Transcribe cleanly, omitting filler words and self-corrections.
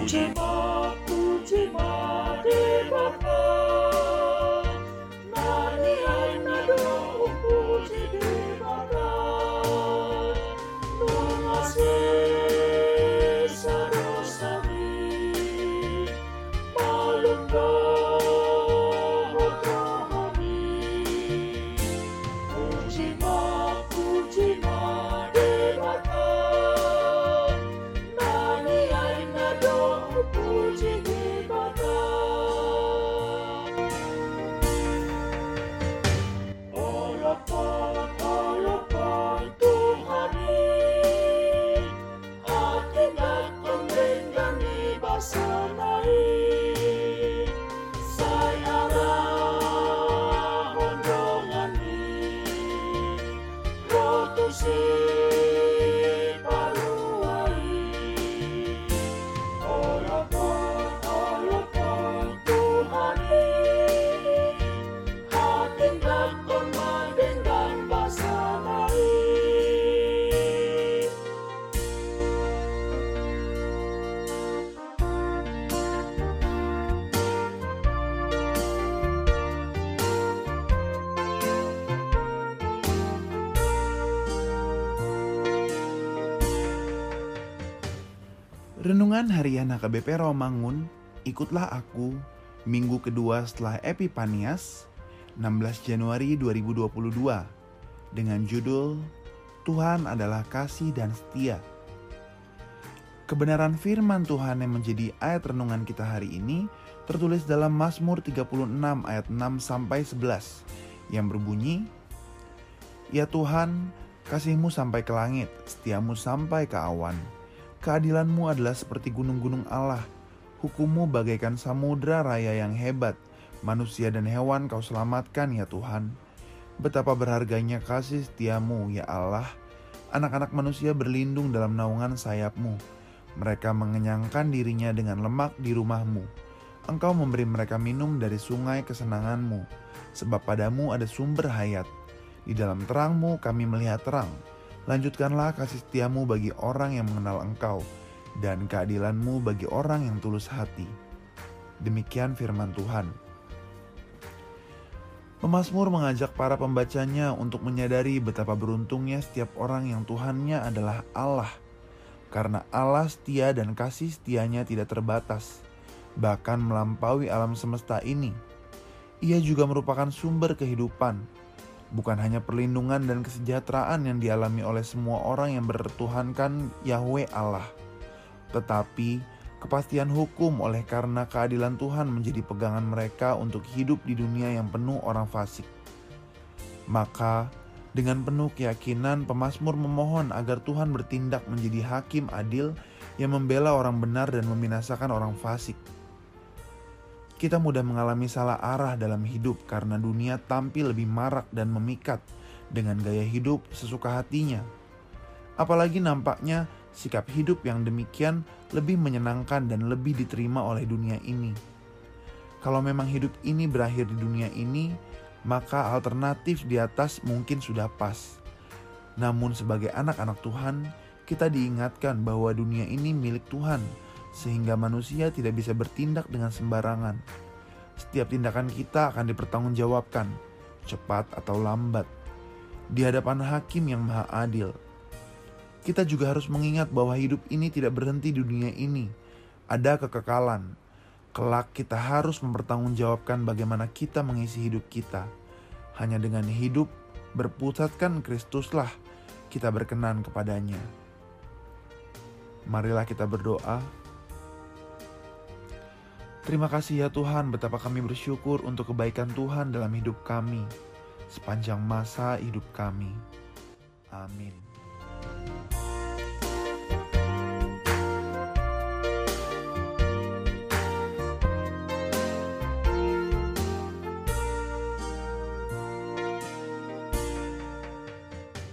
puji ma de baka. Nani ai na do puji de baka. Nunga se sarosami malungga hotrohami. Puji ma de baka. Nani ai na do puji de baka. Olopon Tuhani, ating akong linggangi basanai. Say arahon dongani, rotusi paruai. Olopon Tuhani, ating akong madinggan basanai. Renungan Harian HKBP Romangun, ikutlah aku, minggu kedua setelah Epifanias, 16 Januari 2022, dengan judul Tuhan adalah kasih dan setia. Kebenaran firman Tuhan yang menjadi ayat renungan kita hari ini tertulis dalam Mazmur 36 ayat 6-11 yang berbunyi, Ya Tuhan, kasih-Mu sampai ke langit, setiamu sampai ke awan. Keadilan-Mu adalah seperti gunung-gunung Allah, hukum-Mu bagaikan samudra raya yang hebat. Manusia dan hewan Kau selamatkan ya Tuhan. Betapa berharganya kasih setiamu ya Allah. Anak-anak manusia berlindung dalam naungan sayap-Mu. Mereka mengenyangkan dirinya dengan lemak di rumah-Mu. Engkau memberi mereka minum dari sungai kesenangan-Mu. Sebab padamu ada sumber hayat. Di dalam terang-Mu kami melihat terang. Lanjutkanlah kasih setiamu bagi orang yang mengenal Engkau, dan keadilan-Mu bagi orang yang tulus hati. Demikian firman Tuhan. Pemazmur mengajak para pembacanya untuk menyadari betapa beruntungnya setiap orang yang Tuhannya adalah Allah. Karena Allah setia dan kasih setianya tidak terbatas, bahkan melampaui alam semesta ini. Ia juga merupakan sumber kehidupan. Bukan hanya perlindungan dan kesejahteraan yang dialami oleh semua orang yang bertuhankan Yahweh Allah, tetapi kepastian hukum oleh karena keadilan Tuhan menjadi pegangan mereka untuk hidup di dunia yang penuh orang fasik. Maka dengan penuh keyakinan pemazmur memohon agar Tuhan bertindak menjadi hakim adil yang membela orang benar dan membinasakan orang fasik. Kita mudah mengalami salah arah dalam hidup karena dunia tampil lebih marak dan memikat dengan gaya hidup sesuka hatinya. Apalagi nampaknya sikap hidup yang demikian lebih menyenangkan dan lebih diterima oleh dunia ini. Kalau memang hidup ini berakhir di dunia ini, maka alternatif di atas mungkin sudah pas. Namun sebagai anak-anak Tuhan, kita diingatkan bahwa dunia ini milik Tuhan, sehingga manusia tidak bisa bertindak dengan sembarangan. Setiap tindakan kita akan dipertanggungjawabkan, cepat atau lambat, di hadapan hakim yang maha adil. Kita juga harus mengingat bahwa hidup ini tidak berhenti di dunia ini. Ada kekekalan. Kelak kita harus mempertanggungjawabkan bagaimana kita mengisi hidup kita. Hanya dengan hidup berpusatkan Kristuslah kita berkenan kepadanya. Marilah kita berdoa. Terima kasih ya Tuhan, betapa kami bersyukur untuk kebaikan Tuhan dalam hidup kami sepanjang masa hidup kami. Amin.